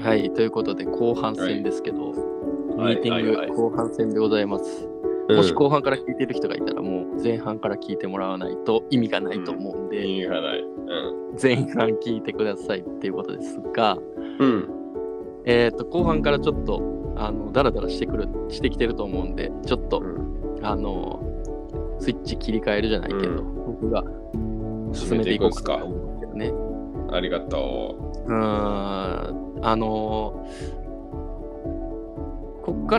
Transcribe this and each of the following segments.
はい、ということで後半戦ですけど、ミーティング後半戦でございます。もし後半から聞いてる人がいたらもう前半から聞いてもらわないと意味がないと思うんで、 意味がない。 前半聞いてくださいっていうことですが、後半からちょっとダラダラしてきてると思うんで、ちょっと、スイッチ切り替えるじゃないけど、僕が進めていこうかなと思うんですけどね。 ありがとう。 こっから、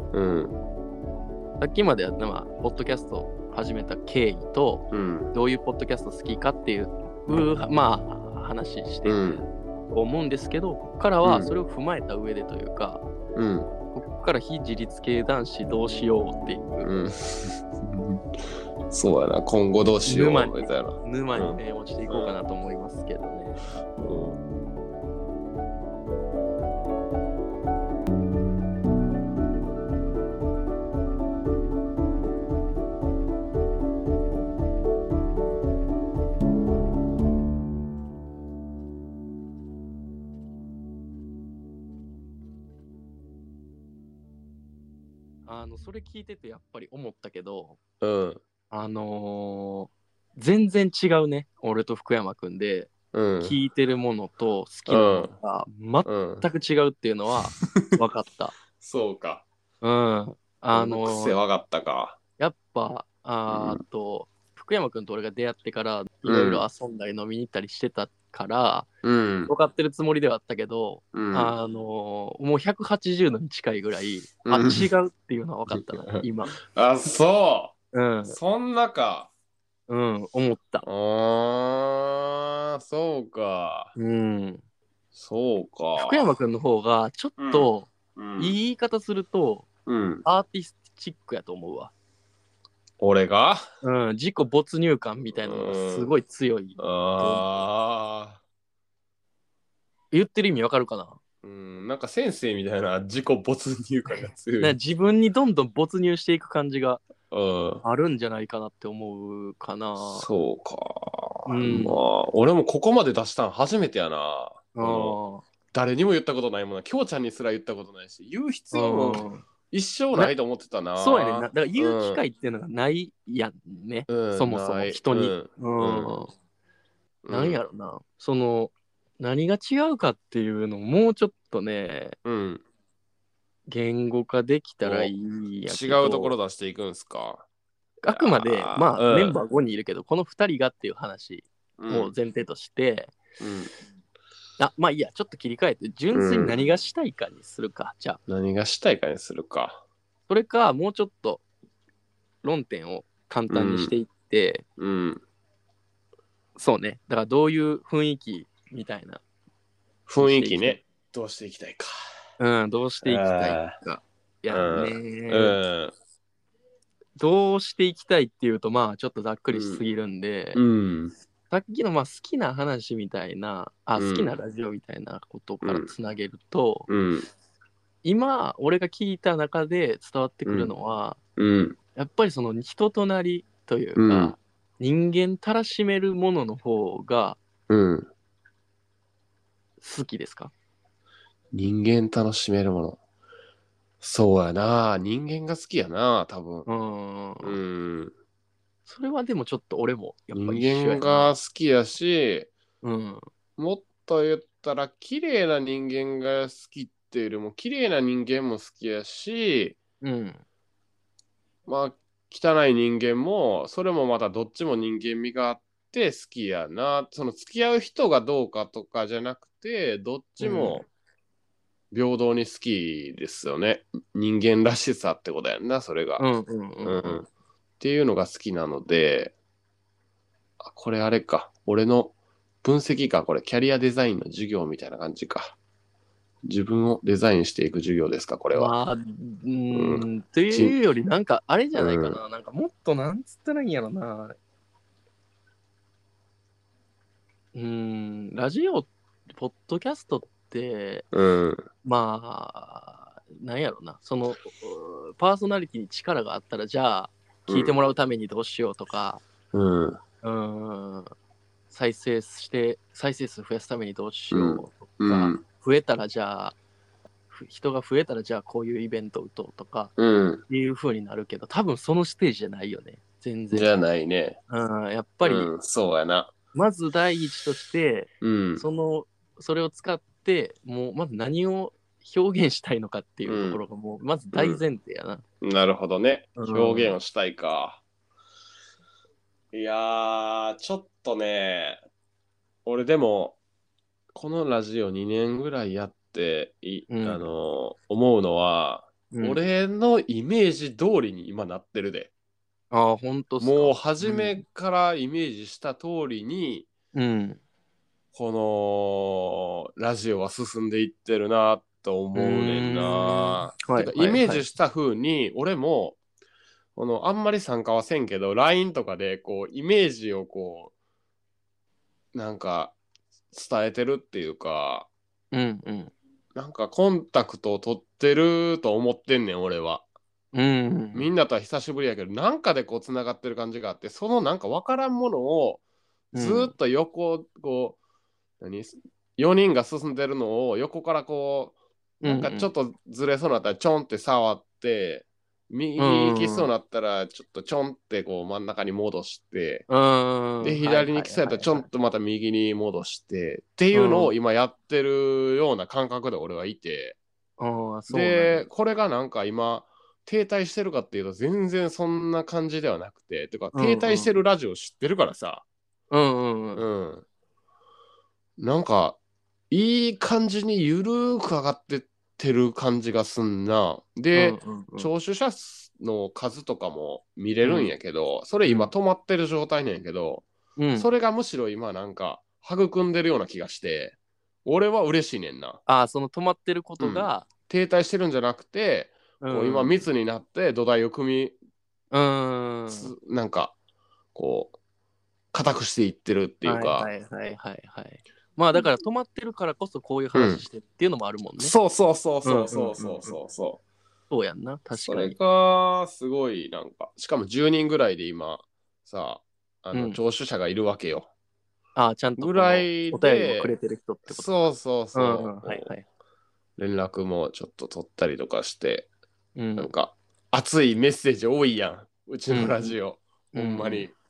さっきまでは、ポッドキャストを始めた経緯と、どういうポッドキャスト好きかっていう、話してると思うんですけど、ここからはそれを踏まえた上でというか、ここから非自立系男子どうしようっていう、 そうやな、今後どうしようみたいな沼にね、落ちていこうかなと思いますけどね。それ聞いててやっぱり思ったけど、全然違うね、俺と福山くんで、聞いてるものと好きなものが全く違うっていうのは分かった。 そうか。 癖分かったか。 やっぱ福山くんと俺が出会ってからいろいろ遊んだり飲みに行ったりしてたから、分かってるつもりではあったけど、もう180度に近いぐらい、違うっていうのは分かったな、今。 そう。そんなか。 思った。 そうか。そうか。 福山くんの方がちょっと、いい言い方すると、アーティスチックやと思うわ。 俺が自己没入感みたいなのがすごい強い。言ってる意味わかるかな？ なんか先生みたいな自己没入感が強い。 自分にどんどん没入していく感じがあるんじゃないかなって思うかな。 そうか。俺もここまで出したん初めてやな。誰にも言ったことないもんな。きょうちゃんにすら言ったことないし、言う必要も一生ないと思ってたな。 そうやねんな。だから言う機会っていうのがないやんね。そもそも人に。なんやろな。何が違うかっていうのをもうちょっとね、言語化できたらいいやけど。 違うところ出していくんすか？ あくまで、メンバー5人いるけど、この2人がっていう話を前提として、いいや、ちょっと切り替えて、純粋に何がしたいかにするか、じゃあ。 何がしたいかにするか。 それか、もうちょっと論点を簡単にしていって、そうね、だからどういう雰囲気みたいな。 雰囲気ね。どうしていきたいか。 どうしていきたいか。いやね。どうしていきたいっていうと、ちょっとざっくりしすぎるんで、さっきの好きな話みたいな、好きなラジオみたいなことからつなげると、今、俺が聞いた中で伝わってくるのは、やっぱりその人となりというか、人間たらしめるものの方が好きですか？ 人間楽しめるもの。そうやな。人間が好きやな、多分。 それはでもちょっと俺もやっぱ一緒やな。 人間が好きやし、もっと言ったら綺麗な人間が好きっていうよりも綺麗な人間も好きやし、汚い人間もそれもまたどっちも人間味があって好きやな。その付き合う人がどうかとかじゃなくて、どっちも平等に好きですよね。人間らしさってことやんな、それが。っていうのが好きなので、これあれか。俺の分析か。これキャリアデザインの授業みたいな感じか。自分をデザインしていく授業ですか、これは。 というよりなんかあれじゃないかな。なんかもっとなんつったらいいんやろな。ラジオ、ポッドキャストって、なんやろな。パーソナリティに力があったら、じゃあ、聞いてもらうためにどうしようとか、再生数増やすためにどうしようとか、 増えたらじゃあ人が増えたらじゃあこういうイベント打とうとかっていう風になるけど、多分そのステージじゃないよね全然。 じゃないね。 やっぱり、 そうやな。 まず第一として、 うんそれを使ってもうまず何を表現したいのかっていうところがもうまず大前提やな。 なるほどね。表現をしたいか。いやー、ちょっとね、俺でも、このラジオ2年ぐらいやって思うのは、俺のイメージ通りに今なってるで。 ああ、ほんとっすか。 もう初めからイメージした通りに、このラジオは進んでいってるなと思うねんな。てかイメージした風に、俺も、あんまり参加はせんけど、LINE とかでこうイメージをこう、なんか伝えてるっていうか、なんかコンタクトを取ってると思ってんねん、俺は。みんなとは久しぶりやけど、なんかでこうつながってる感じがあって、そのなんか分からんものをずっと横、こう、4人が進んでるのを横からこう、なんかちょっとずれそうになったらちょんって触って、右に行きそうになったらちょっとちょんってこう真ん中に戻して、で左に来そうやったらちょんとまた右に戻してっていうのを今やってるような感覚で俺はいて、でこれがなんか今停滞してるかっていうと全然そんな感じではなくて、てか停滞してるラジオ知ってるからさ、なんかいい感じにゆるーく上がってってる感じがすんな。で、聴取者の数とかも見れるんやけど、それ今止まってる状態なんやけど、それがむしろ今なんか育んでるような気がして、俺は嬉しいねんな。 その止まってることが、 停滞してるんじゃなくて、こう今密になって土台を組み、なんかこう固くしていってるっていうか。 まあだから止まってるからこそこういう話してっていうのもあるもんね。 そうそうやんな、確かに。 それがすごいなんか、しかも10人ぐらいで今さ、聴取者がいるわけよ。 ちゃんとぐらいでお便りもくれてる人ってこと。 連絡もちょっと取ったりとかして、なんか熱いメッセージ多いやん、うちのラジオ。ほんまに。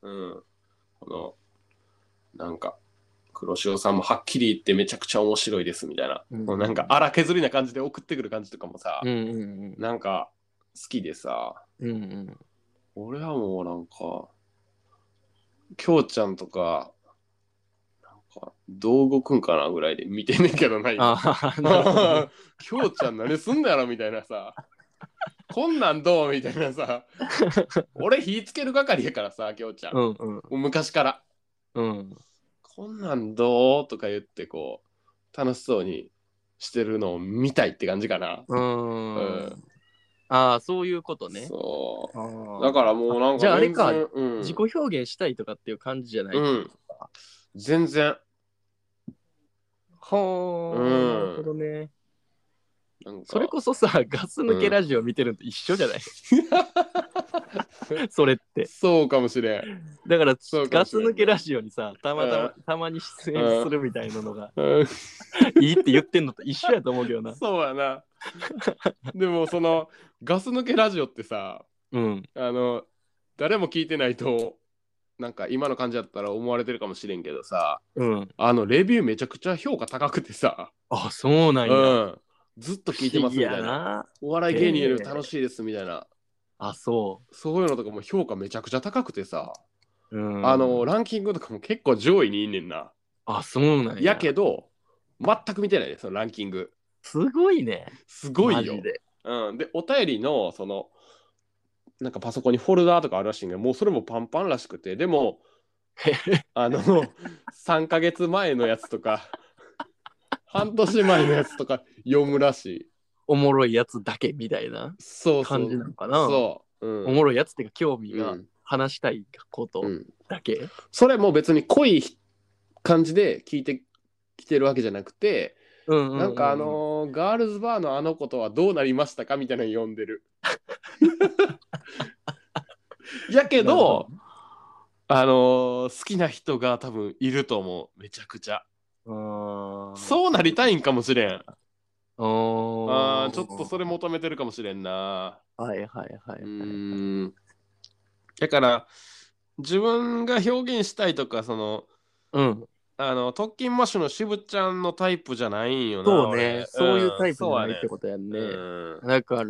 なんか黒潮さんもはっきり言ってめちゃくちゃ面白いですみたいな、もうなんか荒削りな感じで送ってくる感じとかもさ、なんか好きでさ、俺はもうなんかきょうちゃんとかなんかどう動くんかなぐらいで見てんねんけどな今。きょうちゃん何すんだやろみたいなさ、こんなんどうみたいなさ、俺火つける係やからさ、きょうちゃん、もう昔から、こんなんどうとか言ってこう楽しそうにしてるのを見たいって感じかな。 そういうことね。 そうだからもうなんかじゃああれか、自己表現したいとかっていう感じじゃない、 全然。 なるほどね。それこそさ、ガス抜けラジオ見てるのと一緒じゃない、それって。 そうかもしれん。 だからガス抜けラジオにさ、たまに出演するみたいなのがいいって言ってんのと一緒やと思うけどな。 そうやな。でもそのガス抜けラジオってさ、誰も聞いてないとなんか今の感じだったら思われてるかもしれんけどさ、レビューめちゃくちゃ評価高くてさ、 そうなんや、 ずっと聞いてますみたいな、お笑い芸人より楽しいですみたいな、そういうのとかも評価めちゃくちゃ高くてさ、ランキングとかも結構上位にいんねんな。 そうなんやけど全く見てないね、そのランキング。 すごいね。 すごいよ。でお便りのそのなんかパソコンにフォルダーとかあるらしいんだけど、もうそれもパンパンらしくて、でも3ヶ月前のやつとか半年前のやつとか読むらしい。 おもろいやつだけみたいな感じなのかな。おもろいやつっていうか興味が話したいことだけ、 それも別に濃い感じで聞いてきてるわけじゃなくて、なんかガールズバーのあの子とはどうなりましたかみたいなの読んでる。やけど好きな人が多分いると思う、めちゃくちゃ。 そうなりたいんかもしれん。ちょっとそれ求めてるかもしれんな。 はいはいはい、はい。 だから自分が表現したいとかうん。 特勤マッシュの渋ちゃんのタイプじゃないんよな、 そうね。 俺。 そういうタイプじゃそうやね。 ないってことやんうね。 ん。 だから、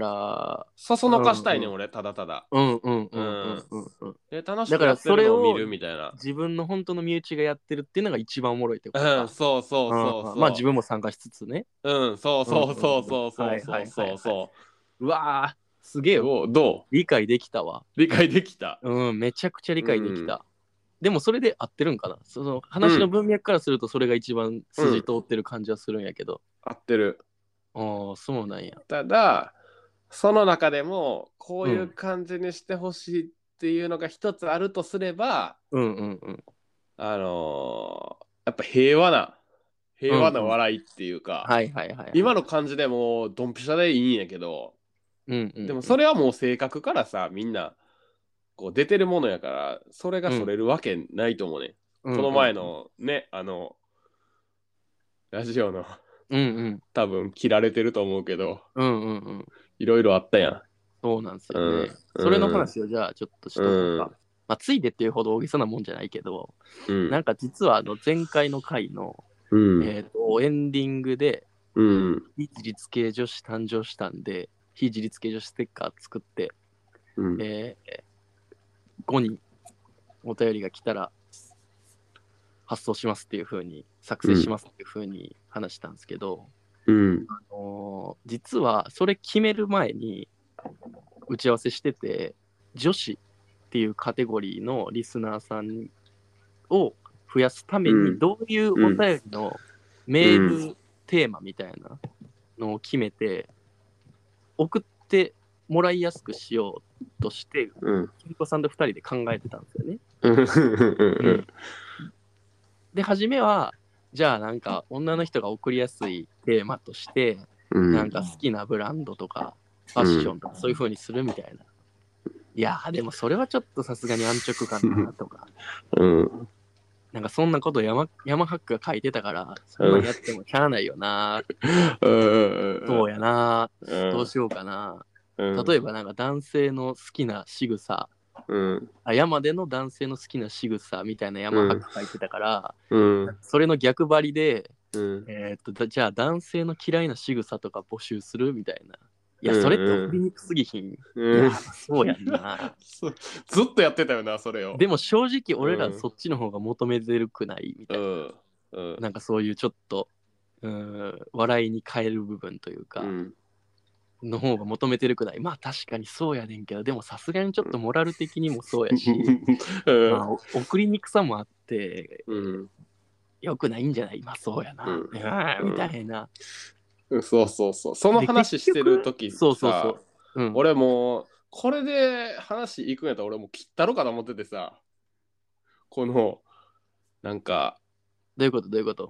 そそのかしたいねん、 うんうん。 俺、ただただ。 うんうんううんうんん。 うんうん。 で、楽しだからくやってるそれをのを見るみたいな。 自分の本当の身内がやってるっていうのが一番おもろいってことうん、 か。 そうそううんそううん。まあ自そ分も参加しつつね。 う。うん、そううんそううんうん。 そうそうそうはいはいはいそうはい。 そうわー、すげう。 えどう理解できたわ。 理解できた？ うん、めちゃくちゃ理うん。 解できた。でもそれで合ってるんかな、その話のうん。 文脈からするとそれが一番うん。 筋通ってる感じはするんやけど。 合ってる。 ああ、そうなんや。 ただ、その中でも、こういううん。 感じにしてほしいっていうのが一つあるとすれば、 うんうんうん。 やっぱ平和なうんうん。 笑いっていうか、 はいはいはいはい。 今の感じでもドンピシャでいいんやけど、 うんうでもんうん。 それはもう性格からさ、みんなこう出てるものやから、それがうんそれるわけないと思うね。 うんこの前うんうん。 のね、ラジオのうんうん多分切られてると思うけど、 うんうんうん。 いろいろあったやそうなんですん。うん、 よね。それのうん、 話をじゃあちょっとしとこうか。 うん、 まあ、ついでっていうほど大げさなもんじゃないけど、 うん、 なんか実は前回の回の、 うん、 エンディングで、 うん、 非自立系女子誕生したんで、非自立系女子ステッカー作って、 うん、 え5人お便りが来たら発送しますっていう風に、作成しますっていう風に話したんですけど、 うん、 実はそれ決める前に打ち合わせしてて、女子っていうカテゴリーのリスナーさんを増やすために、どういうお便りのメールテーマみたいなのを決めて、送ってもらいやすくしようとして、金子さんと2人で考えてたんですよね。うん、で、初めは、じゃあなんか女の人が送りやすいテーマとして、なんか好きなブランドとか、ファッションとかそういう風にするみたいな。いやーでもそれはちょっとさすがに安直かなとか。なんかそんなこと山ハックが書いてたから、そんなんやってもしゃあないよな。そうやな。どうしようかな。例えばなんか男性の好きな仕草、山での男性の好きな仕草みたいな山ハック書いてたから、それの逆張りで、じゃあ男性の嫌いな仕草とか募集するみたいな。いや、それって送りにくすぎひん。いや、そうやんな。 ずっとやってたよな、それを。 でも正直俺らそっちの方が求めてるくないみたいな。なんかそういうちょっと、笑いに変える部分というか、の方が求めてるくない。まあ確かにそうやねんけど、でもさすがにちょっとモラル的にもそうやし、まあ送りにくさもあって、よくないんじゃない。まあそうやな。みたいな。 そうそうそう。その話してるときさ、俺もう、これで話いくんやったら俺もう切ったろかと思っててさ、なんか、 どういうこと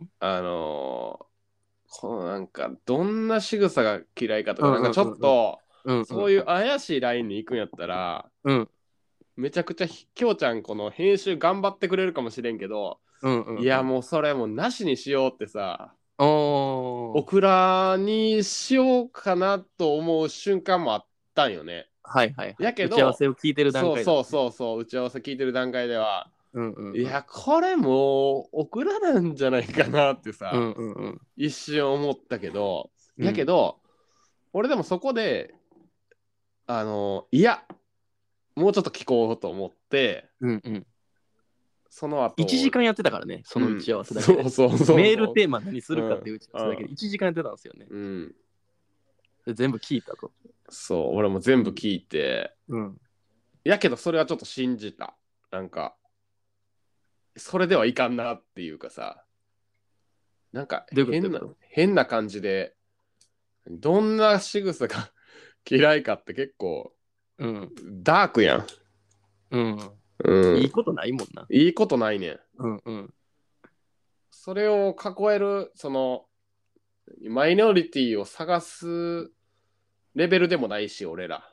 このなんか、どんな仕草が嫌いかとか、なんかちょっと、そういう怪しいラインに行くんやったら、めちゃくちゃきょうちゃんこの編集頑張ってくれるかもしれんけど、いやもうそれもうなしにしようってさ、オクラにしようかなと思う瞬間もあったんよね。 はいはいはい。 やけど、 打ち合わせを聞いてる段階で、そう、打ち合わせ聞いてる段階では、いや、 ここれもうオクラなんじゃないかなってさ、一瞬思ったけど、やけど、俺でもそこで、いや、もうちょっと聞こうと思って、その後 1時間やってたからね、その打ち合わせだけで。 そうメールテーマ何するかっていう打ち合わせだけで1時間やってたんですよね。で全部聞いたと。 そう、俺も全部聞いて、やけどそれはちょっと信じた。なんか、それではいかんなっていうかさ、なんか変な感じで、どんな仕草が嫌いかって結構、ダークやん。 いいことないもんな。 いいことないねん。それを囲える、マイノリティを探すレベルでもないし、俺ら。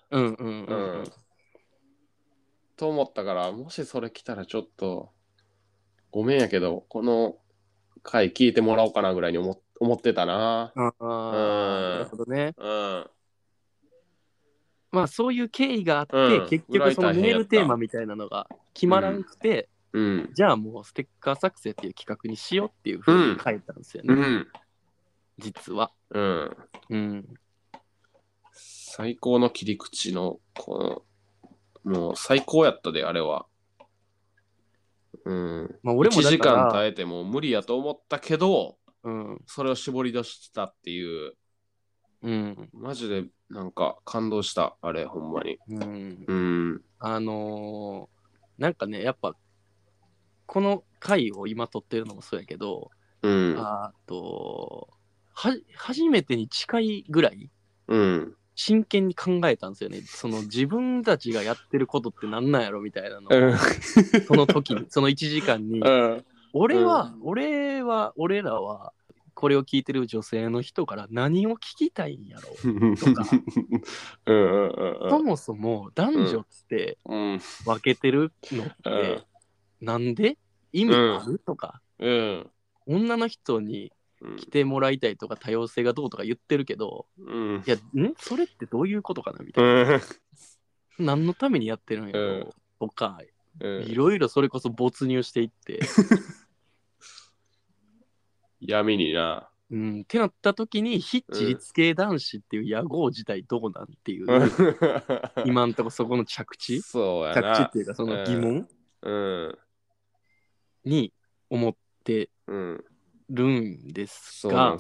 と思ったから、もしそれ来たらちょっと、ごめんやけど、この回聞いてもらおうかなぐらいに思思ってたな。 ああ、なるほどね。 うん。 まあそういう経緯があって、結局そのメールテーマみたいなのが決まらんくて、じゃあもうステッカー作成っていう企画にしようっていうふうに変えたんですよね。実は。 最高の切り口の、もう最高やったで、あれは。まあ俺も1時間耐えても無理やと思ったけど、それを絞り出したっていう。マジでなんか感動した、あれ、ほんまに。 なんかね、やっぱ、この回を今撮ってるのもそうやけど、初めてに近いぐらい、真剣に考えたんですよね。その自分たちがやってることってなんなんやろみたいなのを、その時に、その1時間に、俺らは、これを聞いてる女性の人から何を聞きたいんやろとか、そもそも男女って分けてるのってなんで意味あるとか、女の人に来てもらいたいとか多様性がどうとか言ってるけど、いや、それってどういうことかなみたいな。何のためにやってるんやろとか、いろいろそれこそ没入していって。 闇にな。 ってなった時に非自立系男子っていう屋号自体どうなんっていう、今んとこそこの着地っていうかその疑問、に思ってるんですが、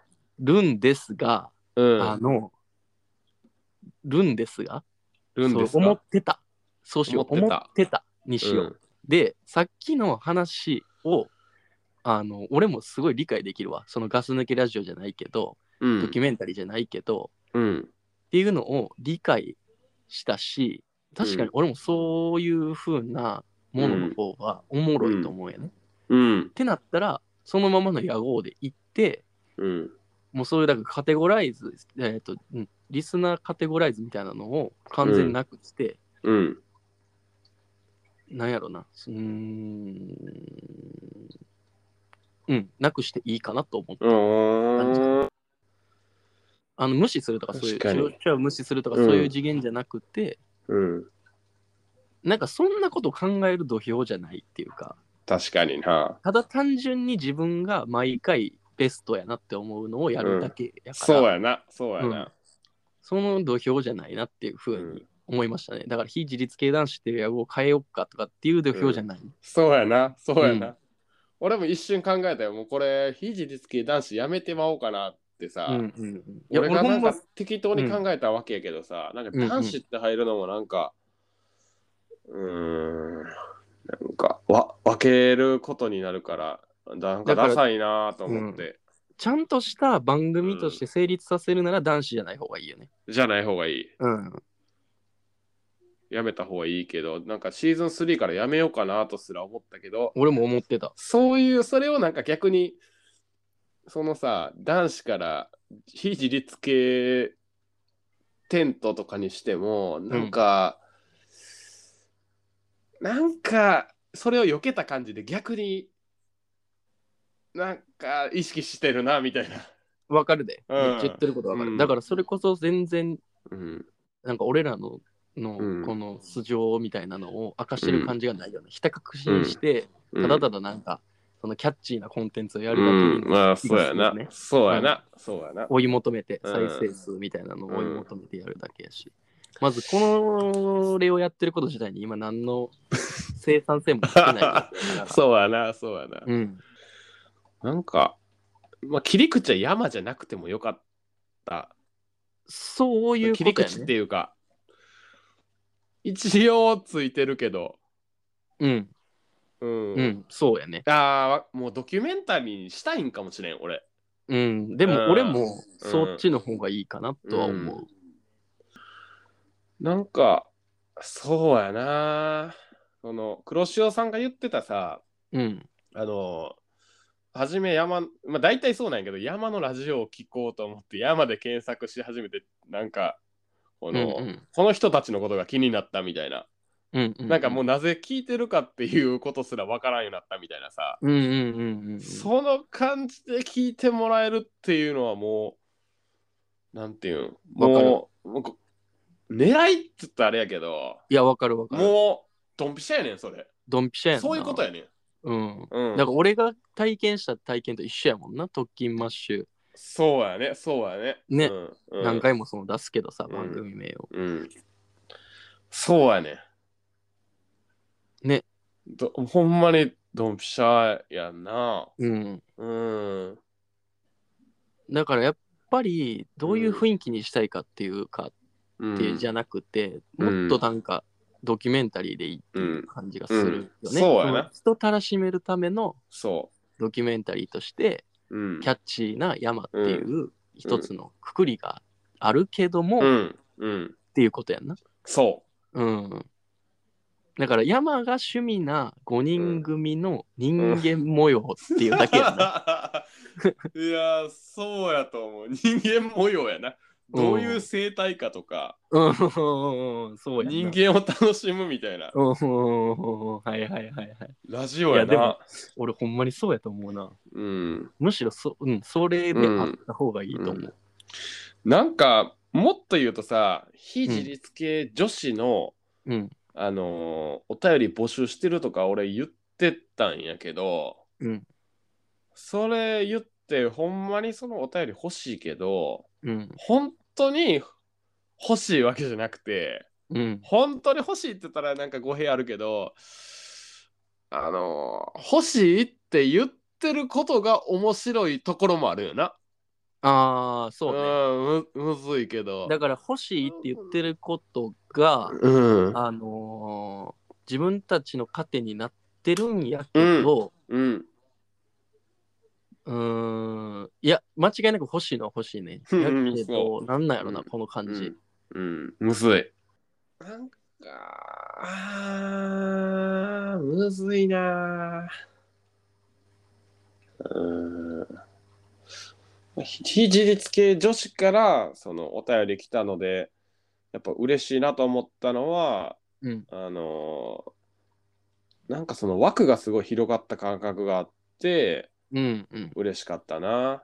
そう思ってた。そうしよう。思ってたにしよう。で、さっきの話を俺もすごい理解できるわ。そのガス抜けラジオじゃないけど、ドキュメンタリーじゃないけど、っていうのを理解したし、確かに俺もそういう風なものの方がおもろいと思うよね。ってなったら、そのままの野号で行って、もうそういうだからカテゴライズ、リスナーカテゴライズみたいなのを完全になくして、なんやろな、なくしていいかなと思った。無視するとかそういう、無視するとかそういう次元じゃなくて、なんかそんなこと考える土俵じゃないっていうか、 確かにな。 ただ単純に自分が毎回ベストやなって思うのをやるだけやから、 そうやな。 その土俵じゃないなっていうふうに思いましたね。だから非自立系男子っていう野号を変えようかとかっていう土俵じゃない。 そうやな。俺も一瞬考えたよ。もうこれ、非自立系男子やめてまおうかなってさ。俺がなんか適当に考えたわけやけどさ、なんか男子って入るのもなんか、なんか分けることになるから、なんかダサいなと思って。 ちゃんとした番組として成立させるなら男子じゃない方がいいよね。 じゃない方がいい。やめた方がいいけど、なんかシーズン3からやめようかなとすら思ったけど、 俺も思ってた。 それをなんか逆に、そのさ、男子から非自立系テントとかにしても、なんかそれを避けた感じで逆になんか意識してるなみたいな。 わかるで。めっちゃ言ってることわかる。だからそれこそ全然、なんか俺らのこの素性みたいなのを明かしてる感じがないよね。ひた隠しにして、ただただなんか、そのキャッチーなコンテンツをやるだけに、 まあそうやな。 追い求めて、再生数みたいなのを追い求めてやるだけやし。まずこれをやってること自体に今何の生産性もしてない。 そうやな。なんか、まあ切り口は山じゃなくてもよかった。 そういうことやね。 切り口っていうか、一応ついてるけど。 そうやね。 もうドキュメンタリーにしたいんかもしれん、俺。 でも俺もそっちの方がいいかなとは思う。 なんか、そうやな。その、黒潮さんが言ってたさ、初めまあ大体そうなんやけど、山のラジオを聞こうと思って山で検索し始めて、なんか、この人たちのことが気になったみたいな。 なんかもうなぜ聞いてるかっていうことすらわからんようになったみたいなさ、その感じで聞いてもらえるっていうのはもうなんていうんもう狙いって言ったらあれやけど、 いや、わかるわかる。 もうドンピシャやねんそれ。 ドンピシャやんな。 そういうことやねん。 だから俺が体験した体験と一緒やもんな、特勤マッシュ。 そうやね、そうやね。 ね、何回もその出すけどさ、番組名を。 そうやね。 ね。 ほんまにドンピシャやんな。 だからやっぱりどういう雰囲気にしたいかっていうかってじゃなくて、もっとなんかドキュメンタリーでいいっていう感じがするよね。 そうやな。 人たらしめるためのドキュメンタリーとしてキャッチーな山っていう一つのくくりがあるけどもっていうことやんな。 そう。 だから山が趣味な5人組の人間模様っていうだけやな。 いやそうやと思う。人間模様やな。どういう生態かとか、 そうやな。 人間を楽しむみたいな。 はいはいはいはい。 ラジオやな。 いやでも俺ほんまにそうやと思うな。むしろそれであった方がいいと思う。 なんかもっと言うとさ、非自立系女子の、お便り募集してるとか俺言ってたんやけど、それ言ってほんまにそのお便り欲しいけど、本当に欲しいわけじゃなくて、本当に欲しいって言ったらなんか語弊あるけど、欲しいって言ってることが面白いところもあるよな。 そうね。むずいけど。 だから欲しいって言ってることが、自分たちの糧になってるんやけど、いや、間違いなく欲しいのは欲しいね。やけど、なんなんやろな、この感じ。 むずい。なんか、むずいな。非自立系女子からそのお便り来たので、やっぱ嬉しいなと思ったのは、なんかその枠がすごい広がった感覚があって、嬉しかったな。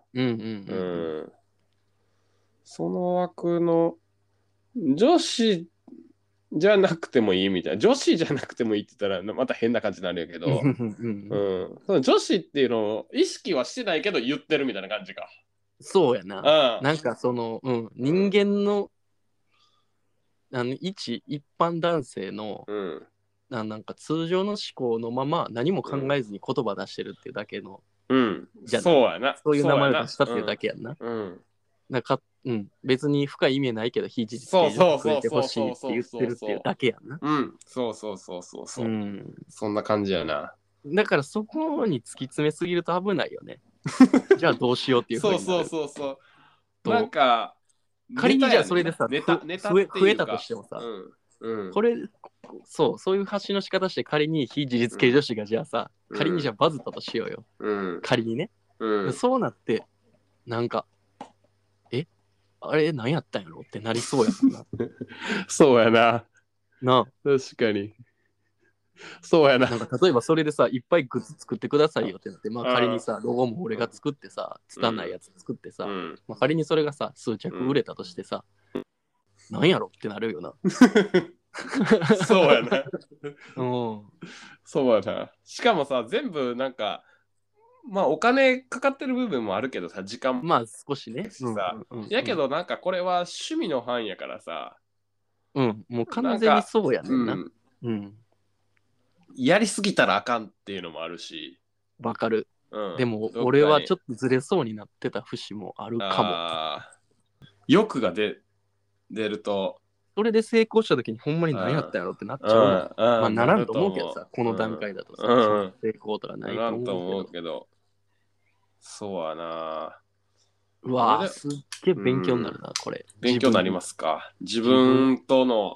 その枠の女子じゃなくてもいいみたいな。女子じゃなくてもいいって言ったらまた変な感じになるんやけど、その女子っていうのを意識はしてないけど言ってるみたいな感じか。 そうやな。なんかその、人間の、一般男性の、なんか通常の思考のまま何も考えずに言葉出してるっていうだけの、 そうやな。 そういう名前を出したっていうだけやんな。なんか別に深い意味ないけど非自立系女子くれてほしいって言ってるっていうだけやんな。 そうそんな感じやな。 だからそこに突き詰めすぎると危ないよね。じゃあどうしようっていうふうになる。 そうなんか仮にじゃあそれでさ、増えたとしてもさ、これそういう発信の仕方して仮に非自立系女子がじゃあさ、仮にじゃあバズったとしようよ。仮にね。そうなってなんかあれ何やったんやろってなりそうやもんな。 そうやな。 なあ。 確かに。そうやな。 なんか例えばそれでさ、いっぱいグッズ作ってくださいよってなって、まあ仮にさ、ロゴも俺が作ってさ、つたんないやつ作ってさ、まあ、仮にそれがさ、数着売れたとしてさ、なんやろってなるよな。 そうやな。そうやな。しかもさ、全部なんか、まあお金かかってる部分もあるけどさ、時間も。 まあ少しね。 やけどなんかこれは趣味の範囲やからさ。 もう完全にそうやねんな。 やりすぎたらあかんっていうのもあるし。 わかる。でも俺はちょっとずれそうになってた節もあるかも。欲が出ると。 それで成功した時にほんまに何やったんやろってなっちゃうの。まあならんと思うけどさ、この段階だとさ、成功とかないと思うけど。 そうやな。 うわぁ、すっげえ勉強になるな、これ。 勉強になりますか。自分との。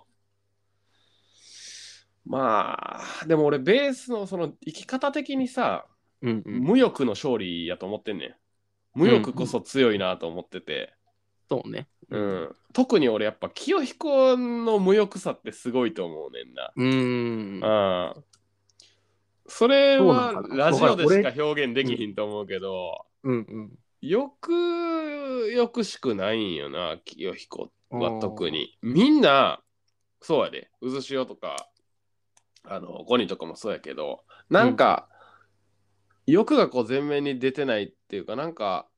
まあ、でも俺、ベースのその生き方的にさ、無欲の勝利やと思ってんねん。無欲こそ強いなと思ってて。 そうね。 うん。特に俺やっぱ清彦の無欲さってすごいと思うねんな。うん。それはラジオでしか表現できひんと思うけど、よくしくないんよな、清彦は特に。みんな、そうやで、渦潮とか、ゴニとかもそうやけど、なんか、欲がこう前面に出てないっていうか、なんか、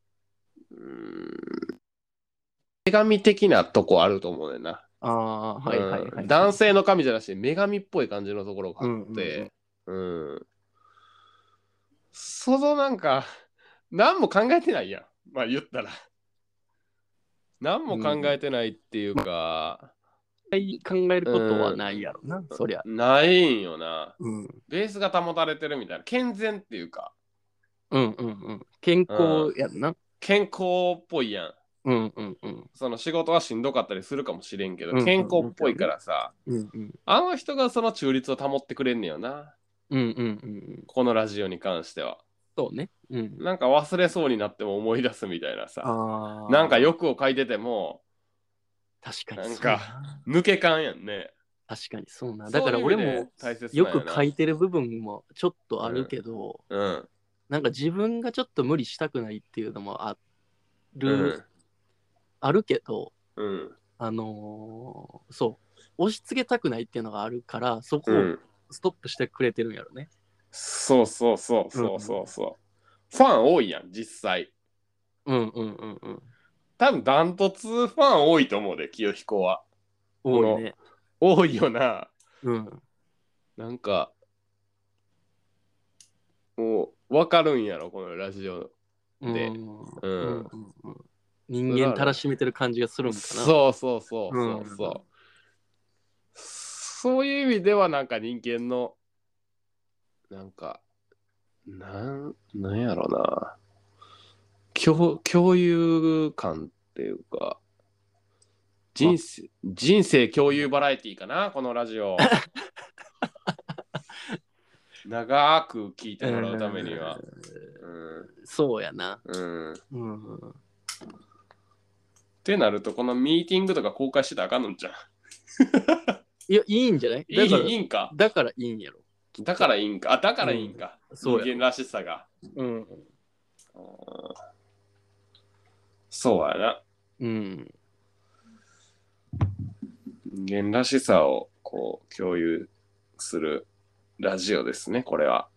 女神的なとこあると思うねんな。男性の神じゃなくて女神っぽい感じのところがあって、そのなんか、何も考えてないやん。まあ言ったら。何も考えてないっていうか、 考えることはないやろな、そりゃ。 ないんよな。ベースが保たれてるみたいな。健全っていうか。 健康やんな。 健康っぽいやん。その仕事はしんどかったりするかもしれんけど、健康っぽいからさ、あの人がその中立を保ってくれんねよな。このラジオに関しては。 そうね。 なんか忘れそうになっても思い出すみたいなさ。なんか欲を書いてても、 確かになんか抜け感やんね。 確かにそうな。だから俺もよく書いてる部分もちょっとあるけど、なんか自分がちょっと無理したくないっていうのもあるけど、そう、押し付けたくないっていうのがあるから、そこをストップしてくれてるんやろね。 そう。ファン多いやん、実際。多分ダントツファン多いと思うで、清彦は。 多いね。 多いよな。なんか、もう分かるんやろ、このラジオで。 人間たらしめてる感じがするんかな。 そう。そういう意味ではなんか人間の、なんか、なんやろな。共有感っていうか、人生共有バラエティーかな、このラジオ。長く聞いてもらうためには。 そうやな。 ってなると、このミーティングとか公開してたらあかんのんじゃん。 いや、いいんじゃない？ いいんか。 だからいいんやろ。 だからいいんか。だからいいんか。人間らしさが。そうやな。人間らしさをこう共有するラジオですね、これは。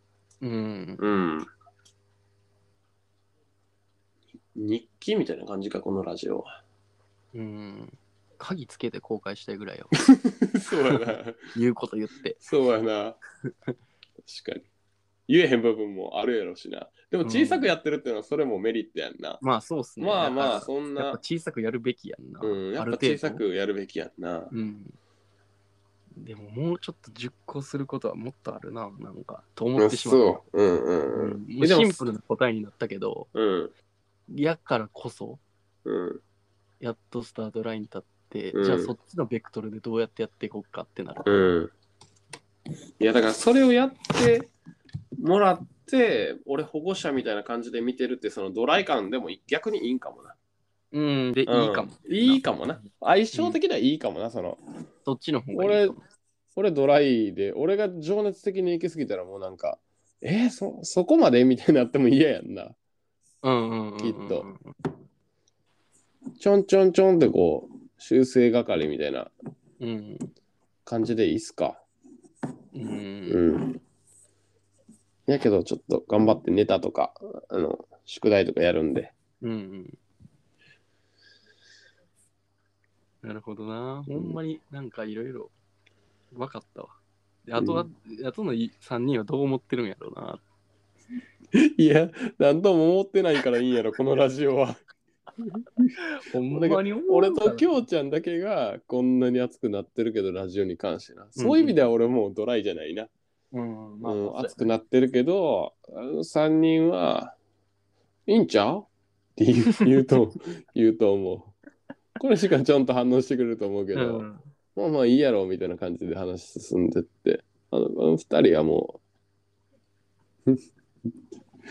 日記みたいな感じか、このラジオは。 鍵つけて公開したいぐらいよ。 そうやな。 言うこと言って。 そうやな。確かに。言えへん部分もあるやろしな。でも小さくやってるっていうのはそれもメリットやんな。 まあそうっすね。 まあそんな。 やっぱ小さくやるべきやんな。 やっぱ小さくやるべきやんな。 でももうちょっと熟考することはもっとあるな、なんか、と思ってしまう。 そう。 シンプルな答えになったけど、やからこそ、やっとスタートライン立って、じゃあそっちのベクトルでどうやってやっていこうかってなる。 いやだからそれをやってもらって、俺保護者みたいな感じで見てるって、そのドライ感でも逆にいいんかもな。 で、いいかも。 いいかもな。相性的にはいいかもな、そっちの方がいいかも。 俺ドライで、俺が情熱的に行き過ぎたらもうなんか、そこまでみたいになっても嫌やんな。きっと。ちょんちょんちょんってこう、修正係みたいな感じでいいっすか。やけどちょっと頑張ってネタとか、宿題とかやるんで。 なるほどな。ほんまになんかいろいろ分かったわ。あとの3人はどう思ってるんやろうな。 いや、なんとも思ってないからいいんやろ、このラジオは。 ほんまに俺ときょうちゃんだけがこんなに熱くなってるけど、ラジオに関してな。そういう意味では俺もうドライじゃないな。熱くなってるけど、3人はいいんちゃうって言うと思う。これしかちゃんと反応してくれると思うけど、まあいいやろみたいな感じで話進んでって、2人はもう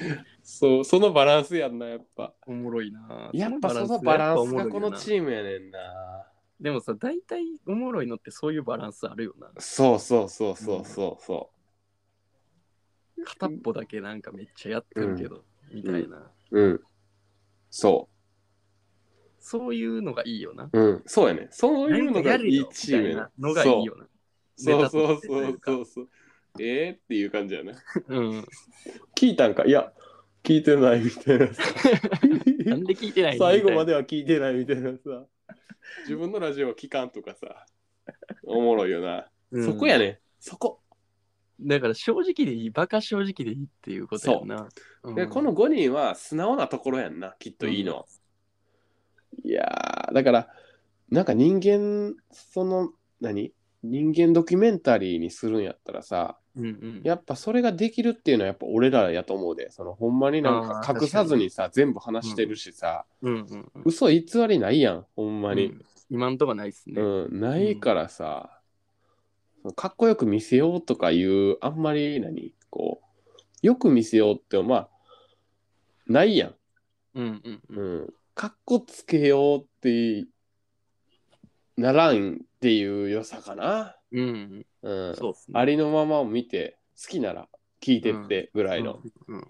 そう、そのバランスやんな、やっぱ。 おもろいな。 やっぱそのバランスがこのチームやねんな。 でもさ、大体おもろいのってそういうバランスあるよな。 そうそうそうそうそうそ片っぽだけなんかめっちゃやってるけど、みたいな。 そそういうのがいいよな。 う。そうやね。そういうのがいいチームやね。 のがいいよな。 そうそうそうそうそう。っていう感じやね。聞いたんかいや、聞いてないみたいなさ。 なんで聞いてない最後までは聞いてないみたいなさ。自分のラジオは聞かんとかさ。おもろいよな。そこやね。そこ。 だから正直でいい、バカ正直でいいっていうことやんな。 で、この5人は素直なところやんな、きっといいの。いやー、だから、なんか人間、人間ドキュメンタリーにするんやったらさ、やっぱそれができるっていうのはやっぱ俺らやと思うで、ほんまになんか隠さずにさ、全部話してるしさ、嘘偽りないやん、ほんまに。 今んとこないっすね。 ないからさ、かっこよく見せようとかいう、あんまりよく見せようってまあ、ないやん。かっこつけようってならんっていう良さかな。そうっすね。ありのままを見て、好きなら聞いてってぐらいの。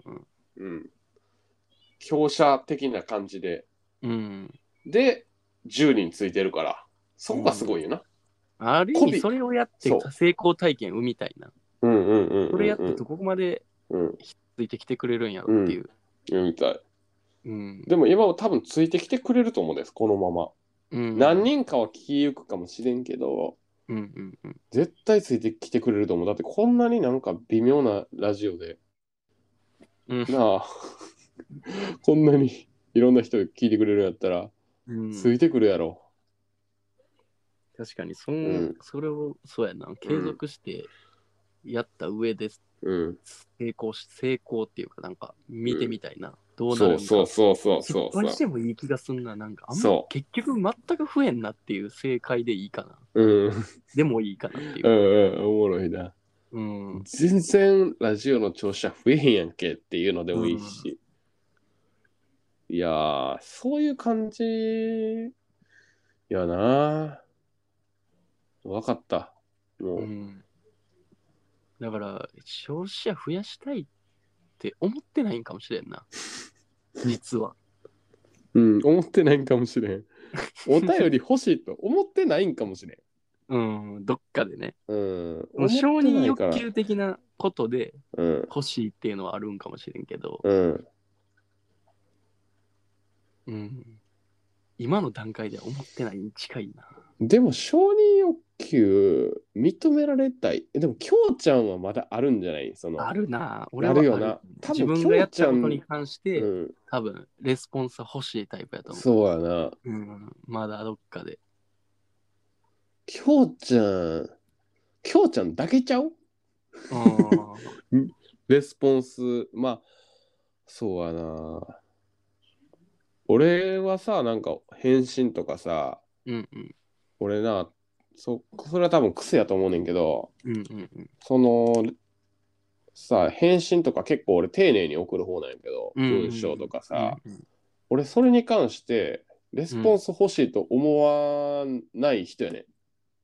強者的な感じで。で、10人ついてるから、そこがすごいよな。 ある意味それをやって成功体験生みたいな。それやってどこまでついてきてくれるんやろっていう。 みたい。でも今は多分ついてきてくれると思うんです、このまま。何人かは聞きゆくかもしれんけど、絶対ついてきてくれると思う。だってこんなになんか微妙なラジオで、なあ、こんなにいろんな人が聞いてくれるんやったら、ついてくるやろ。 確かにそれをそうやな、継続してやった上で成功っていうかなんか見てみたいな、どうなるんか。そう失敗してもいい気がすんな。なんか結局全く不縁なっていう正解でいいかな。でもいいかなっていう。 おもろいな。全然ラジオの調子は増えへんやんけっていうのでもいいし。いやー、そういう感じやな。わかった。もう。 だから、消費者増やしたいって思ってないんかもしれんな。実は。 思ってないんかもしれん。お便り欲しいと思ってないんかもしれん。 どっかでね。承認欲求的なことで欲しいっていうのはあるんかもしれんけど、今の段階では思ってないに近いな。 でも承認欲求認められたい。でもきょうちゃんはまだあるんじゃない？ あるな。俺はあるよな。 自分がやったことに関して、多分レスポンス欲しいタイプやと思う。 そうやな。 まだどっかで。 きょうちゃんだけちゃう？レスポンス、まあ、そうやな。俺はさ、なんか返信とかさ、俺な、それは多分癖やと思うねんけど、さ、返信とか結構俺丁寧に送る方なんやけど、文章とかさ、俺それに関してレスポンス欲しいと思わない人やねん。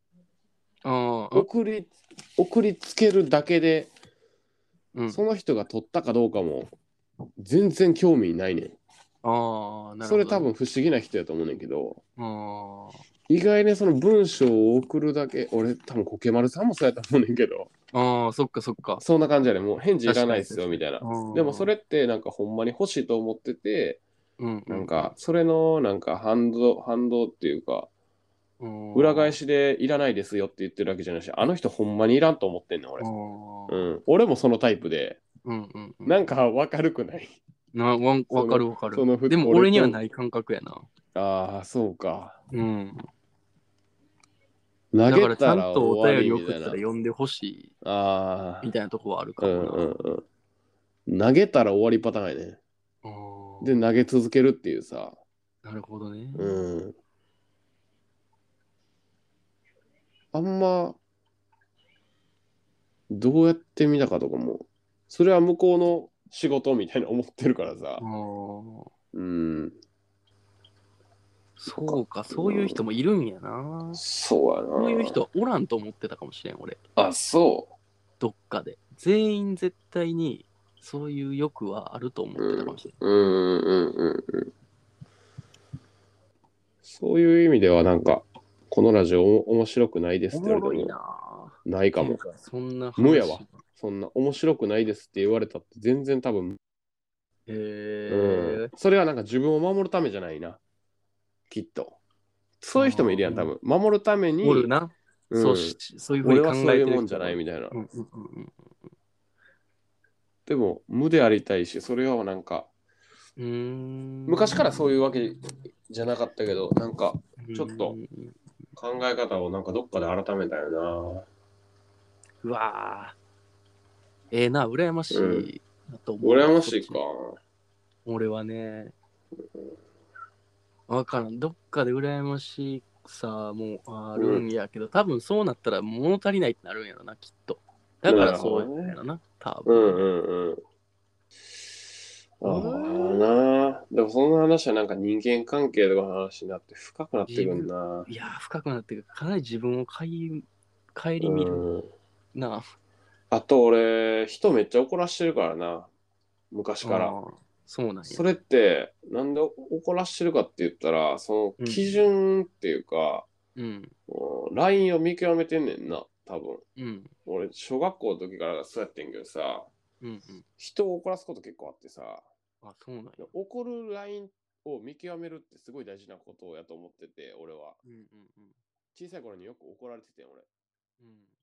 送りつけるだけで、その人が取ったかどうかも全然興味ないねん。それ多分不思議な人やと思うねんけど、意外にその文章を送るだけ、俺多分コケマルさんもそうやと思うねんけど、 そっかそっか。 そんな感じやねん。もう返事いらないっすよみたいな。でもそれってなんかほんまに欲しいと思ってて、なんかそれのなんか反動っていうか、裏返しでいらないですよって言ってるわけじゃないし、あの人ほんまにいらんと思ってんねん俺。俺もそのタイプで、なんかわかるくない？ わかるわかる。でも俺にはない感覚やな。 ああ、そうか。 だからちゃんとお便り送ったら読んでほしいみたいなとこはあるかもな。投げたら終わりパターンやね。で、投げ続けるっていうさ。 なるほどね。 あんま、どうやって見たかとかも、それは向こうの仕事みたいな思ってるからさ。 うん。そうか、そういう人もいるんやな。 そうやな。 そういう人おらんと思ってたかもしれん、俺。 あ、そう。 どっかで。全員絶対にそういう欲はあると思ってたかもしれん。 そういう意味ではなんか、このラジオ面白くないですって言われても、ないかも。 そんな無やわ。そんな面白くないですって言われたって全然多分、それはなんか自分を守るためじゃないな。きっと。そういう人もいるやん、多分。守るために、 おるな。そういうふうに考えてる人俺はそういうもんじゃないみたいな。でも、無でありたいし、それはなんか、昔からそういうわけじゃなかったけど、なんか、ちょっと考え方をなんかどっかで改めたよな。 うわぁ。な、羨ましいなと思う。 羨ましいか。 俺はね、わからん。どっかで羨ましさもあるんやけど、多分そうなったら物足りないってなるんやろな、きっと。だからそうやろな、多分。 ああな。でもその話はなんか人間関係とかの話になって深くなってくるな。 いや、深くなってくる。かなり自分を顧みるな。 あと俺、人めっちゃ怒らしてるからな。昔から。 そうなんや。 それって、なんで怒らしてるかって言ったら、その基準っていうか、ラインを見極めてんねんな、多分。俺、小学校の時からそうやってんけどさ、人を怒らすこと結構あってさ、怒るラインを見極めるってすごい大事なことやと思ってて、俺は。小さい頃によく怒られてて、俺。